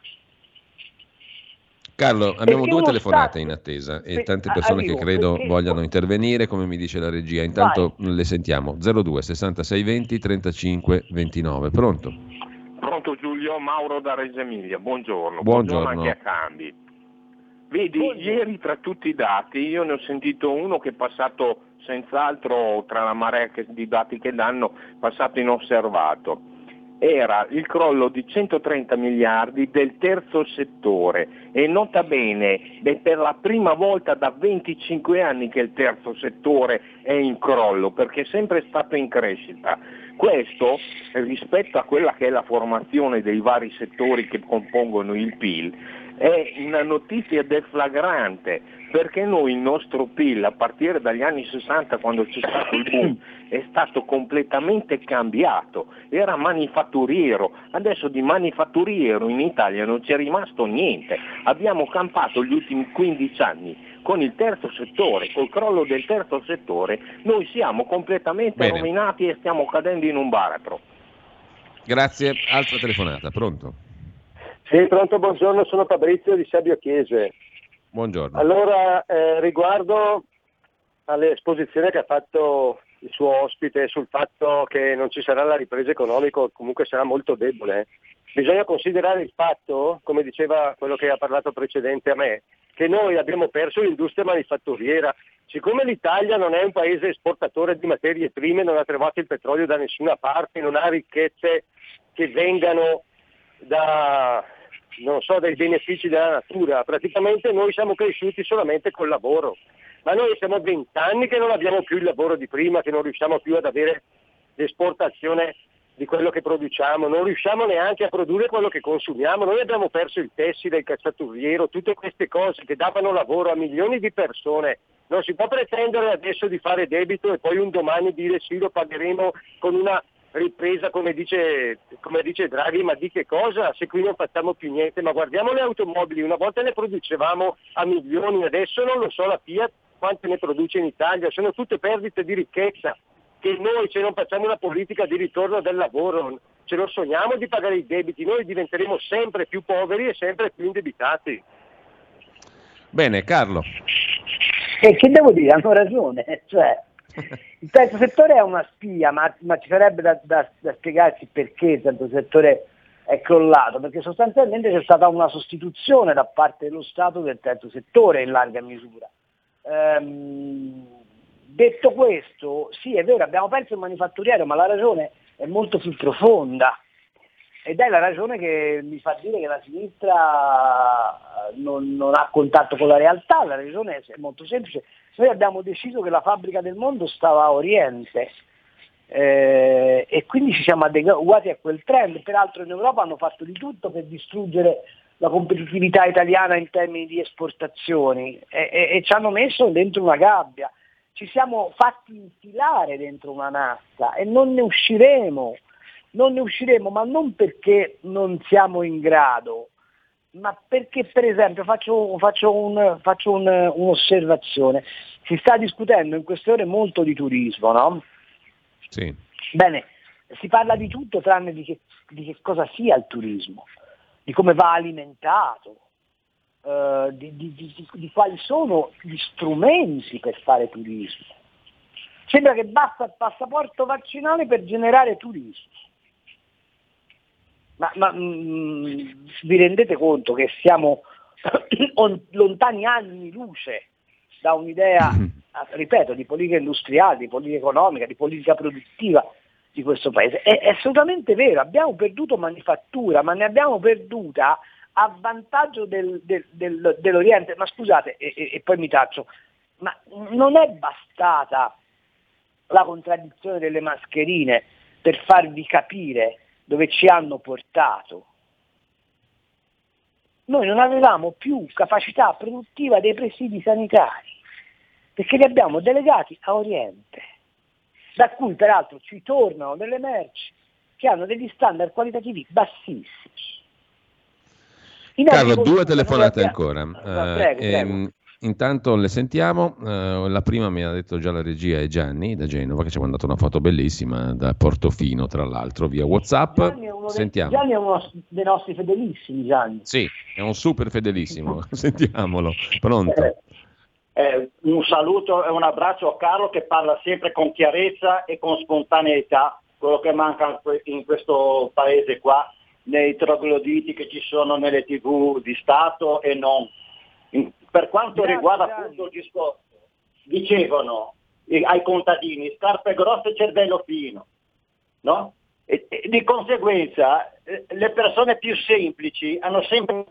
Carlo, abbiamo due telefonate in attesa e tante persone che credo vogliano intervenire, come mi dice la regia. Intanto le sentiamo. 02 66 20 35 29. Pronto? Pronto Giulio, Mauro da Reggio Emilia. Buongiorno. Buongiorno Anche a Cambi. Vedi, ieri tra tutti i dati io ne ho sentito uno che è passato senz'altro, tra la marea di dati che danno, passato inosservato. Era il crollo di 130 miliardi del terzo settore e nota bene, è per la prima volta da 25 anni che il terzo settore è in crollo, perché è sempre stato in crescita. Questo, rispetto a quella che è la formazione dei vari settori che compongono il PIL, è una notizia deflagrante, perché noi il nostro PIL a partire dagli anni 60, quando c'è stato il boom, è stato completamente cambiato, era manifatturiero, adesso di manifatturiero in Italia non c'è rimasto niente, abbiamo campato gli ultimi 15 anni con il terzo settore, col crollo del terzo settore noi siamo completamente rovinati e stiamo cadendo in un baratro. Grazie, altra telefonata, pronto? Sì, pronto, buongiorno, sono Fabrizio di Sabio Chiese. Buongiorno. Allora, riguardo all'esposizione che ha fatto il suo ospite sul fatto che non ci sarà la ripresa economica, comunque sarà molto debole, bisogna considerare il fatto, come diceva quello che ha parlato precedente a me, che noi abbiamo perso l'industria manifatturiera. Siccome l'Italia non è un paese esportatore di materie prime, non ha trovato il petrolio da nessuna parte, non ha ricchezze che vengano dai benefici della natura, praticamente noi siamo cresciuti solamente col lavoro, ma noi siamo 20 anni che non abbiamo più il lavoro di prima, che non riusciamo più ad avere l'esportazione di quello che produciamo, non riusciamo neanche a produrre quello che consumiamo, noi abbiamo perso il tessile, il calzaturiero, tutte queste cose che davano lavoro a milioni di persone. Non si può pretendere adesso di fare debito e poi un domani dire sì, lo pagheremo con una ripresa come dice Draghi, ma di che cosa se qui non facciamo più niente? Ma guardiamo le automobili, una volta ne producevamo a milioni, adesso non lo so la Fiat quante ne produce in Italia, sono tutte perdite di ricchezza che noi, se non facciamo una politica di ritorno del lavoro, ce lo sogniamo di pagare i debiti, noi diventeremo sempre più poveri e sempre più indebitati. Bene, Carlo. E che devo dire, hanno ragione, cioè il terzo settore è una spia, ma ci sarebbe da spiegarsi perché il terzo settore è crollato, perché sostanzialmente c'è stata una sostituzione da parte dello Stato del terzo settore in larga misura. Detto questo, sì è vero, abbiamo perso il manifatturiero, ma la ragione è molto più profonda ed è la ragione che mi fa dire che la sinistra non ha contatto con la realtà. La ragione è molto semplice: noi abbiamo deciso che la fabbrica del mondo stava a Oriente e quindi ci siamo adeguati a quel trend. Peraltro in Europa hanno fatto di tutto per distruggere la competitività italiana in termini di esportazioni e ci hanno messo dentro una gabbia, ci siamo fatti infilare dentro una nassa e non ne usciremo, ma non perché non siamo in grado, ma perché, per esempio, faccio un'osservazione. Si sta discutendo in queste ore molto di turismo, no? Sì. Bene, si parla di tutto tranne di che cosa sia il turismo, di come va alimentato, di quali sono gli strumenti per fare turismo. Sembra che basta il passaporto vaccinale per generare turismo. Ma vi rendete conto che siamo lontani anni luce da un'idea, ripeto, di politica industriale, di politica economica, di politica produttiva di questo paese? È assolutamente vero, abbiamo perduto manifattura, ma ne abbiamo perduta a vantaggio dell'Oriente. Ma scusate, e poi mi taccio, ma non è bastata la contraddizione delle mascherine per farvi capire dove ci hanno portato? Noi non avevamo più capacità produttiva dei presidi sanitari, perché li abbiamo delegati a Oriente, da cui peraltro ci tornano delle merci che hanno degli standard qualitativi bassissimi. Carlo, 2 telefonate ancora. Prego. Intanto le sentiamo. La prima mi ha detto già la regia è Gianni da Genova, che ci ha mandato una foto bellissima da Portofino, tra l'altro, via WhatsApp. Sentiamo. Gianni è uno dei nostri fedelissimi, Gianni. Sì, è un super fedelissimo. Sentiamolo. Pronto? Un saluto e un abbraccio a Carlo, che parla sempre con chiarezza e con spontaneità, quello che manca in questo paese qua, nei trogloditi che ci sono nelle TV di Stato e non. Per quanto riguarda appunto il discorso, dicevano ai contadini scarpe grosse e cervello fino, no? E di conseguenza le persone più semplici hanno sempre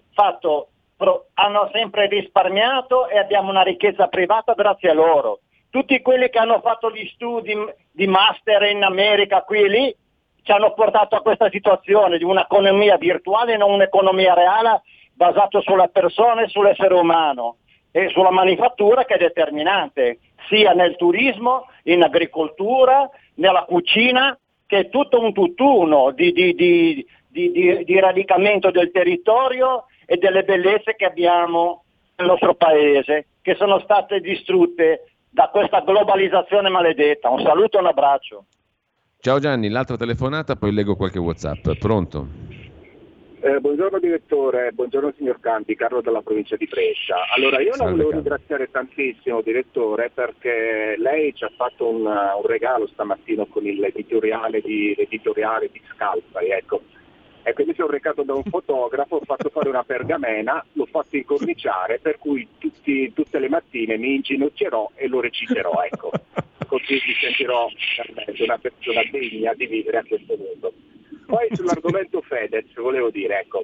risparmiato e abbiamo una ricchezza privata grazie a loro. Tutti quelli che hanno fatto gli studi di master in America qui e lì ci hanno portato a questa situazione di un'economia virtuale e non un'economia reale basata sulla persona e sull'essere umano e sulla manifattura, che è determinante sia nel turismo, in agricoltura, nella cucina, che è tutto un tutt'uno di radicamento del territorio e delle bellezze che abbiamo nel nostro paese, che sono state distrutte da questa globalizzazione maledetta. Un saluto e un abbraccio. Ciao Gianni, l'altra telefonata, poi leggo qualche WhatsApp. Pronto? Buongiorno direttore, buongiorno signor Campi, Carlo dalla provincia di Brescia. Allora io la volevo ringraziare tantissimo direttore, perché lei ci ha fatto un regalo stamattina con l'editoriale di Scalfari, ecco. E quindi sono recato da un fotografo, ho fatto fare una pergamena, l'ho fatto incorniciare, per cui tutte le mattine mi inginocchierò e lo reciterò, ecco. Così mi sentirò veramente una persona degna di vivere a questo mondo. Poi sull'argomento Fedez volevo dire, ecco,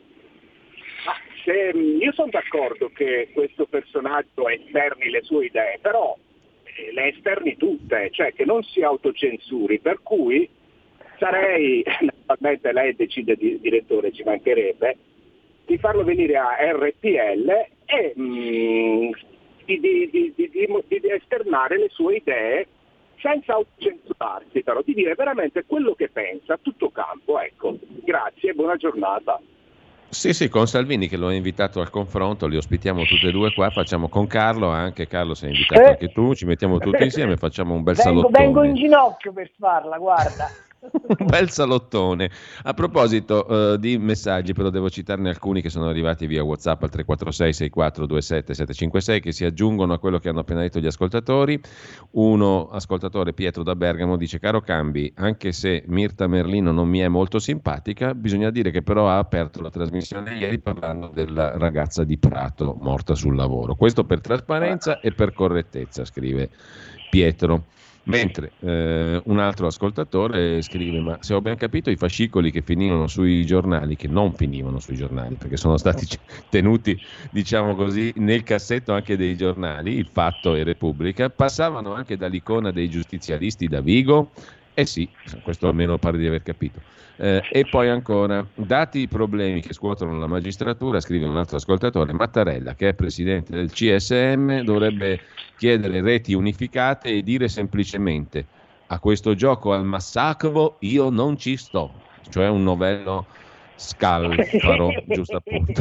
io sono d'accordo che questo personaggio esterni le sue idee, però le esterni tutte, cioè che non si autocensuri, per cui sarei, naturalmente lei decide di direttore, ci mancherebbe, di farlo venire a RPL e di esternare le sue idee senza autocensurarsi. riservarsi però di dire veramente quello che pensa a tutto campo. Ecco, grazie e buona giornata. Sì, con Salvini che l'ho invitato al confronto, li ospitiamo tutti e due qua, facciamo con Carlo, anche Carlo sei invitato anche tu, ci mettiamo tutti insieme, facciamo un bel salottone. Vengo in ginocchio per farla, guarda. Un bel salottone. A proposito di messaggi, però devo citarne alcuni che sono arrivati via WhatsApp al 346 6427 756 che si aggiungono a quello che hanno appena detto gli ascoltatori. Uno ascoltatore, Pietro da Bergamo, dice: caro Cambi, anche se Mirta Merlino non mi è molto simpatica, bisogna dire che però ha aperto la trasmissione ieri parlando della ragazza di Prato morta sul lavoro. Questo per trasparenza e per correttezza, scrive Pietro. Mentre un altro ascoltatore scrive: ma se ho ben capito i fascicoli che finivano sui giornali, che non finivano sui giornali perché sono stati tenuti, diciamo così, nel cassetto anche dei giornali, Il Fatto e Repubblica, passavano anche dall'icona dei giustizialisti da Vigo? Eh sì, questo almeno pare di aver capito. E poi ancora, dati i problemi che scuotono la magistratura, scrive un altro ascoltatore, Mattarella, che è presidente del CSM, dovrebbe chiedere reti unificate e dire semplicemente: a questo gioco al massacro io non ci sto, cioè un novello scalfaro, giusto appunto.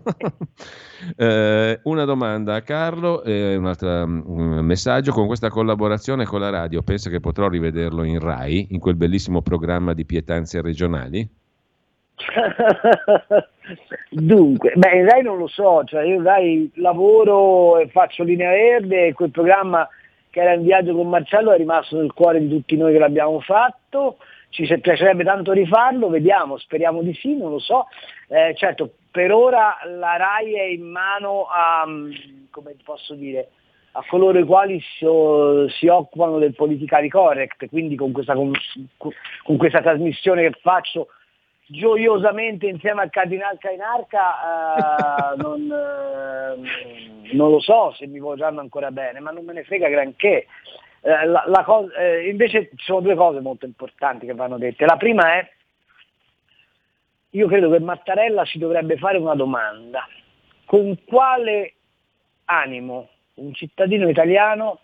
Una domanda a Carlo e un altro messaggio: con questa collaborazione con la radio pensa che potrò rivederlo in Rai, in quel bellissimo programma di pietanze regionali? Dunque, in Rai non lo so, cioè io in Rai lavoro e faccio Linea Verde, e quel programma che era in viaggio con Marcello è rimasto nel cuore di tutti noi che l'abbiamo fatto. Ci piacerebbe tanto rifarlo, vediamo, speriamo di sì, non lo so. Certo, per ora la Rai è in mano a, come posso dire, a coloro i quali si occupano del politically correct, quindi con questa trasmissione che faccio gioiosamente insieme al Cardinal Cainarca, non lo so se mi vogliono ancora bene, ma non me ne frega granché. Invece ci sono due cose molto importanti che vanno dette. La prima è: io credo che Mattarella si dovrebbe fare una domanda: con quale animo un cittadino italiano,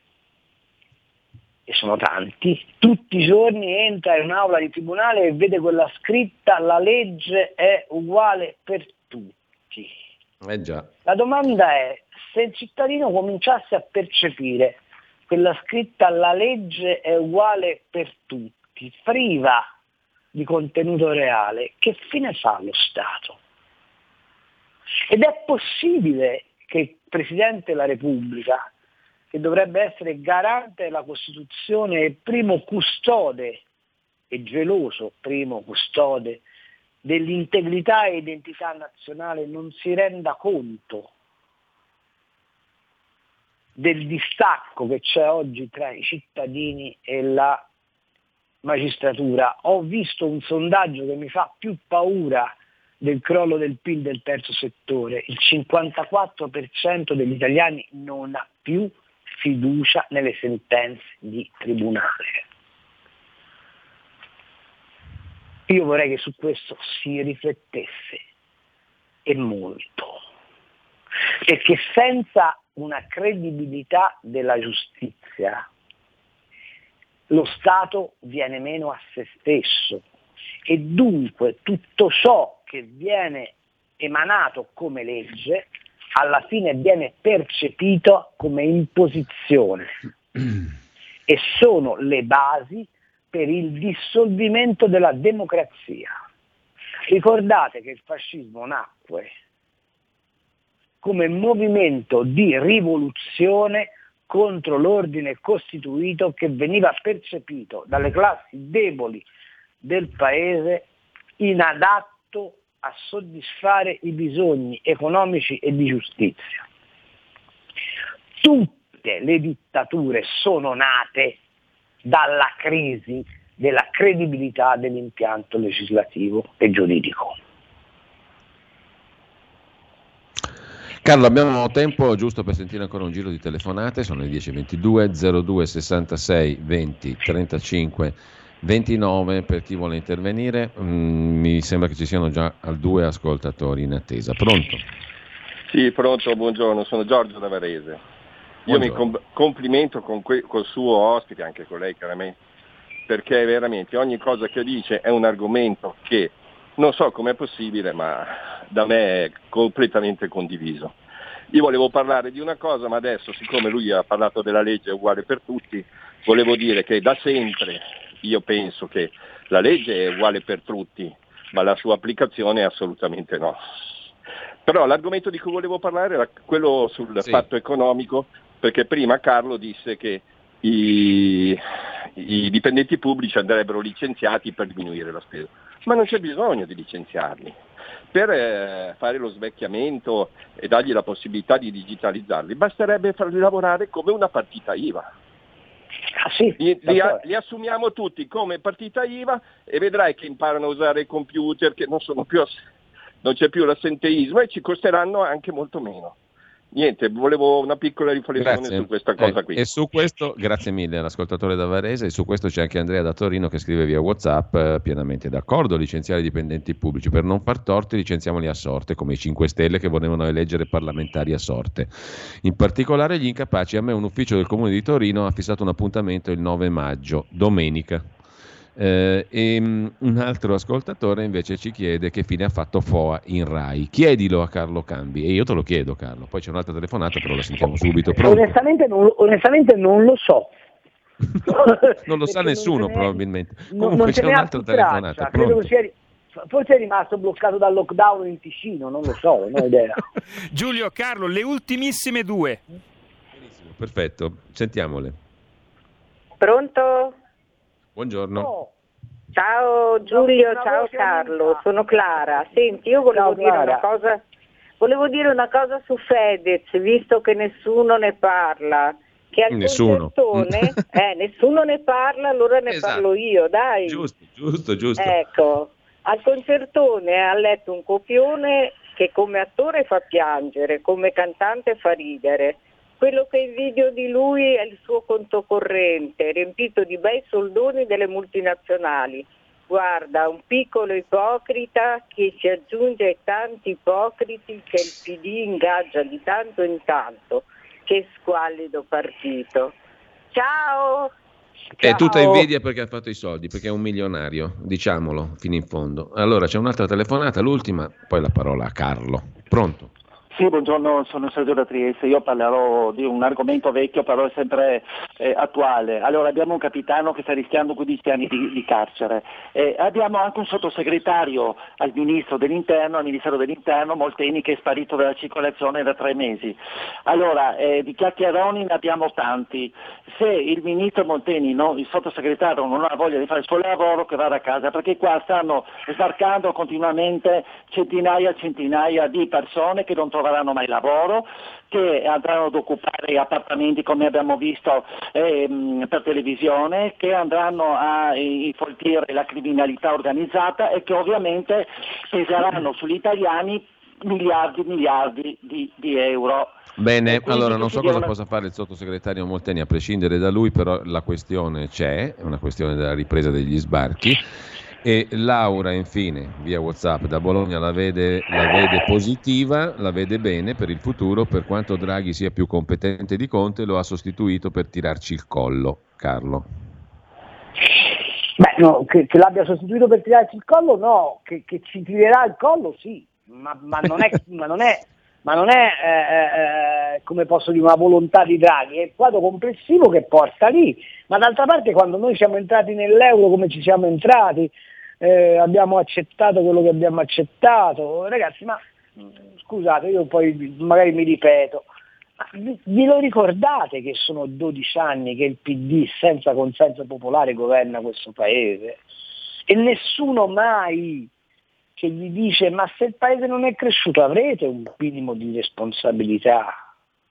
e sono tanti, tutti i giorni entra in un'aula di tribunale e vede quella scritta "la legge è uguale per tutti"? Già. La domanda è: se il cittadino cominciasse a percepire quella scritta "la legge è uguale per tutti", priva di contenuto reale, che fine fa lo Stato? Ed è possibile che il Presidente della Repubblica, che dovrebbe essere garante della Costituzione e primo custode, e geloso primo custode, dell'integrità e identità nazionale, non si renda conto del distacco che c'è oggi tra i cittadini e la magistratura? Ho visto un sondaggio che mi fa più paura del crollo del PIL del terzo settore: il 54% degli italiani non ha più fiducia nelle sentenze di tribunale. Io vorrei che su questo si riflettesse, e molto, perché senza una credibilità della giustizia lo Stato viene meno a se stesso, e dunque tutto ciò che viene emanato come legge alla fine viene percepito come imposizione e sono le basi per il dissolvimento della democrazia. Ricordate che il fascismo nacque come movimento di rivoluzione contro l'ordine costituito che veniva percepito dalle classi deboli del paese inadatto a soddisfare i bisogni economici e di giustizia. Tutte le dittature sono nate dalla crisi della credibilità dell'impianto legislativo e giuridico. Carlo, abbiamo tempo giusto per sentire ancora un giro di telefonate, sono le 10:22, 02 66 20 35 29 per chi vuole intervenire. Mi sembra che ci siano già 2 ascoltatori in attesa. Pronto? Sì, pronto, buongiorno, sono Giorgio da Varese. Io mi complimento col suo ospite, anche con lei chiaramente, perché veramente ogni cosa che dice è un argomento che non so com'è possibile, ma da me è completamente condiviso. Io volevo parlare di una cosa, ma adesso, siccome lui ha parlato della legge uguale per tutti, volevo dire che da sempre io penso che la legge è uguale per tutti, ma la sua applicazione assolutamente no. Però l'argomento di cui volevo parlare era quello sul fatto economico, perché prima Carlo disse che i dipendenti pubblici andrebbero licenziati per diminuire la spesa, ma non c'è bisogno di licenziarli. Per fare lo svecchiamento e dargli la possibilità di digitalizzarli, basterebbe farli lavorare come una partita IVA. Li assumiamo tutti come partita IVA e vedrai che imparano a usare i computer, che non c'è più l'assenteismo e ci costeranno anche molto meno. Niente, volevo una piccola riflessione su questa cosa qui. E su questo, grazie mille all'ascoltatore da Varese, e su questo c'è anche Andrea da Torino che scrive via WhatsApp, pienamente d'accordo, licenziare i dipendenti pubblici, per non far torti licenziamoli a sorte, come i 5 Stelle che volevano eleggere parlamentari a sorte. In particolare gli incapaci. A me un ufficio del Comune di Torino ha fissato un appuntamento il 9 maggio, domenica. E un altro ascoltatore invece ci chiede che fine ha fatto Foa in Rai. Chiedilo a Carlo Cambi, e io te lo chiedo, Carlo. Poi c'è un'altra telefonata, però la sentiamo subito. Pronto? Onestamente non lo so. Non lo sa nessuno probabilmente. Comunque non c'è un'altra telefonata. Credo che forse è rimasto bloccato dal lockdown in Ticino, non lo so, non ho idea. Giulio, Carlo, le ultimissime due. Benissimo, perfetto, sentiamole. Pronto? Buongiorno. Ciao Giulio, ciao Carlo, sono Clara. Senti, io volevo dire una cosa su Fedez, visto che nessuno ne parla. Che al concertone nessuno ne parla, allora ne parlo io, dai. Giusto. Ecco, al concertone ha letto un copione che come attore fa piangere, come cantante fa ridere. Quello che invidio di lui è il suo conto corrente, riempito di bei soldoni delle multinazionali. Guarda, un piccolo ipocrita che si aggiunge ai tanti ipocriti che il PD ingaggia di tanto in tanto. Che squallido partito. Ciao! È tutta invidia perché ha fatto i soldi, perché è un milionario, diciamolo fino in fondo. Allora c'è un'altra telefonata, l'ultima, poi la parola a Carlo. Pronto? Sì, buongiorno, sono Sergio da Trieste, io parlerò di un argomento vecchio però è sempre attuale. Allora abbiamo un capitano che sta rischiando 15 anni di carcere, abbiamo anche un sottosegretario al Ministero dell'Interno, Molteni, che è sparito dalla circolazione da 3 mesi. Allora, di chiacchieroni ne abbiamo tanti, se il ministro Molteni, il sottosegretario non ha voglia di fare il suo lavoro, che vada a casa, perché qua stanno sbarcando continuamente centinaia di persone che non troveranno mai lavoro, che andranno ad occupare appartamenti come abbiamo visto per televisione, che andranno a infoltire la criminalità organizzata e che ovviamente peseranno sugli italiani miliardi di euro. Bene, allora non so cosa possa fare il sottosegretario Molteni a prescindere da lui, però la questione c'è, è una questione della ripresa degli sbarchi. E Laura, infine, via WhatsApp da Bologna la vede positiva, la vede bene per il futuro, per quanto Draghi sia più competente di Conte, lo ha sostituito per tirarci il collo. Carlo. Beh, no, che l'abbia sostituito per tirarci il collo, no, che ci tirerà il collo, sì, ma non è come posso dire, una volontà di Draghi, è il quadro complessivo che porta lì. Ma d'altra parte, quando noi siamo entrati nell'euro come ci siamo entrati, abbiamo accettato quello che abbiamo accettato, ragazzi, ma scusate, io poi magari mi ripeto, ma vi lo ricordate che sono 12 anni che il PD senza consenso popolare governa questo paese e nessuno mai che gli dice ma se il paese non è cresciuto avrete un minimo di responsabilità?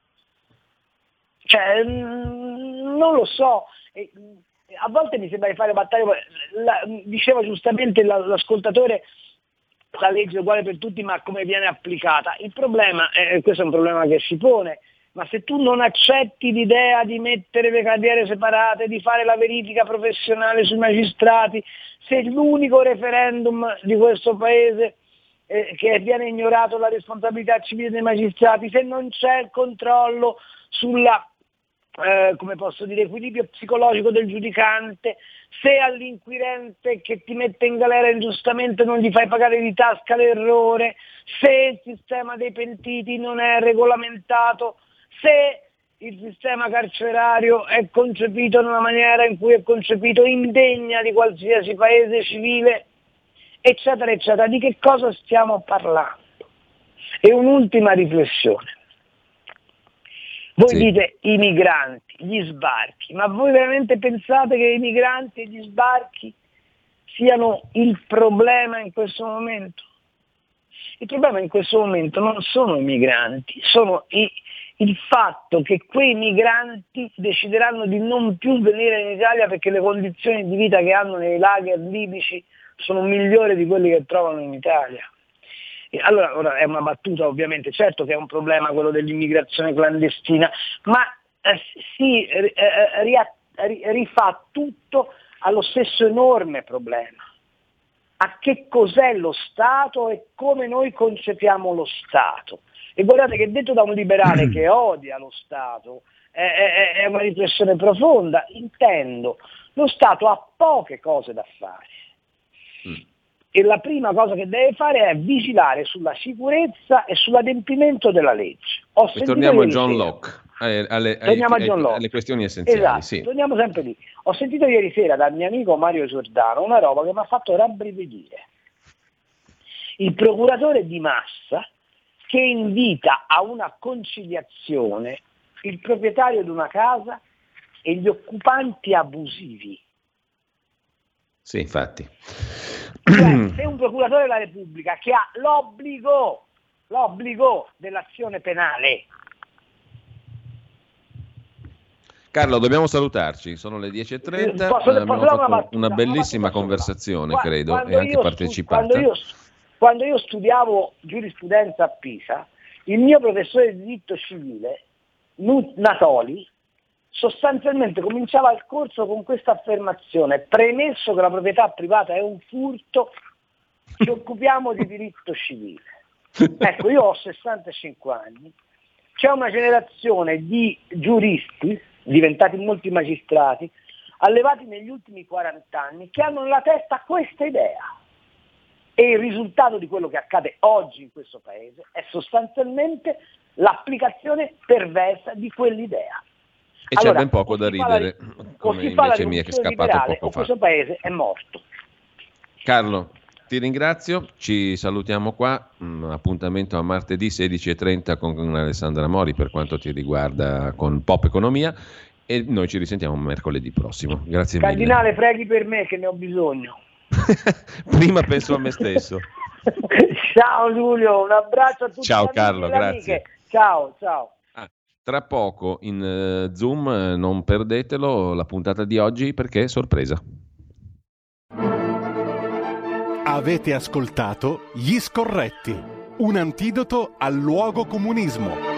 Cioè, non lo so, a volte mi sembra di fare battaglia, diceva giustamente l'ascoltatore, la legge è uguale per tutti ma come viene applicata. Il problema, questo è un problema che si pone, ma se tu non accetti l'idea di mettere le carriere separate, di fare la verifica professionale sui magistrati, se l'unico referendum di questo paese che viene ignorato la responsabilità civile dei magistrati, se non c'è il controllo sulla come posso dire, equilibrio psicologico del giudicante, se all'inquirente che ti mette in galera ingiustamente non gli fai pagare di tasca l'errore, se il sistema dei pentiti non è regolamentato, se il sistema carcerario è concepito in una maniera in cui è concepito indegna di qualsiasi paese civile, eccetera, eccetera. Di che cosa stiamo parlando? E un'ultima riflessione. Voi dite i migranti, gli sbarchi, ma voi veramente pensate che i migranti e gli sbarchi siano il problema in questo momento? Il problema in questo momento non sono i migranti, sono il fatto che quei migranti decideranno di non più venire in Italia perché le condizioni di vita che hanno nei lager libici sono migliori di quelli che trovano in Italia. Allora, ora è una battuta ovviamente, certo che è un problema quello dell'immigrazione clandestina, ma si rifà tutto allo stesso enorme problema. A che cos'è lo Stato e come noi concepiamo lo Stato. E guardate che detto da un liberale che odia lo Stato, è una riflessione profonda, intendo, lo Stato ha poche cose da fare. E la prima cosa che deve fare è vigilare sulla sicurezza e sull'adempimento della legge. Torniamo a John Locke, alle questioni essenziali. Esatto, sì. Torniamo sempre lì. Ho sentito ieri sera dal mio amico Mario Giordano una roba che mi ha fatto rabbrividire. Il procuratore di Massa che invita a una conciliazione il proprietario di una casa e gli occupanti abusivi. Sì, infatti. Cioè, se un procuratore della Repubblica che ha l'obbligo dell'azione penale. Carlo, dobbiamo salutarci, sono le 10:30, abbiamo fatto una bellissima conversazione, credo, e anche partecipata. Quando io studiavo giurisprudenza a Pisa, il mio professore di diritto civile, Natoli, sostanzialmente cominciava il corso con questa affermazione: premesso che la proprietà privata è un furto, ci occupiamo di diritto civile. Ecco, io ho 65 anni, c'è una generazione di giuristi, diventati molti magistrati, allevati negli ultimi 40 anni, che hanno nella testa questa idea. E il risultato di quello che accade oggi in questo paese è sostanzialmente l'applicazione perversa di quell'idea. E c'è ben poco da ridere, come invece mi è scappato poco fa. Questo paese è morto. Carlo, ti ringrazio, ci salutiamo qua, appuntamento a martedì 16:30 con Alessandra Mori per quanto ti riguarda con Pop Economia, e noi ci risentiamo mercoledì prossimo. Grazie mille. Cardinale, preghi per me che ne ho bisogno. Prima penso a me stesso. Ciao Giulio, un abbraccio a tutti. Ciao Carlo, grazie. Ciao. Tra poco in Zoom, non perdetelo, la puntata di oggi perché è sorpresa. Avete ascoltato Gli Scorretti, un antidoto al luogo comunismo.